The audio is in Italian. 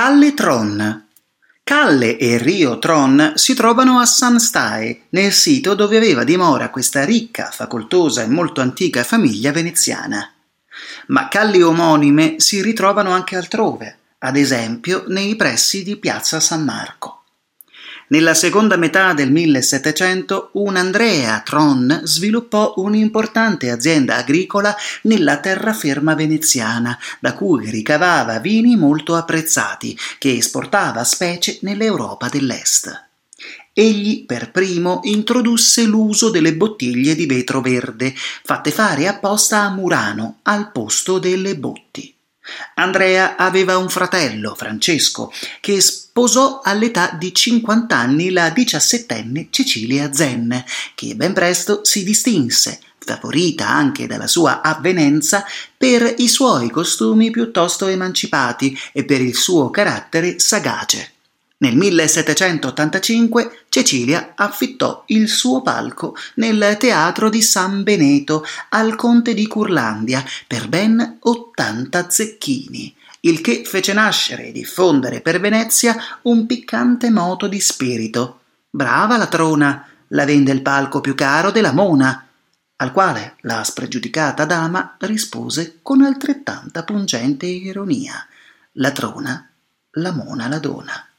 Calle Tron. Calle e Rio Tron si trovano a San Stae, nel sito dove aveva dimora questa ricca, facoltosa e molto antica famiglia veneziana. Ma calli omonime si ritrovano anche altrove, ad esempio nei pressi di Piazza San Marco. Nella seconda metà del 1700 un Andrea Tron sviluppò un'importante azienda agricola nella terraferma veneziana, da cui ricavava vini molto apprezzati, che esportava specie nell'Europa dell'Est. Egli per primo introdusse l'uso delle bottiglie di vetro verde, fatte fare apposta a Murano, al posto delle botti. Andrea aveva un fratello, Francesco, che sposò all'età di 50 anni la 17enne Cecilia Zen, che ben presto si distinse, favorita anche dalla sua avvenenza, per i suoi costumi piuttosto emancipati e per il suo carattere sagace. Nel 1785 Cecilia affittò il suo palco nel teatro di San Beneto al conte di Curlandia per ben 80 zecchini, il che fece nascere e diffondere per Venezia un piccante moto di spirito. Brava la trona, la vende il palco più caro della Mona, al quale la spregiudicata dama rispose con altrettanta pungente ironia: la trona, la Mona la dona.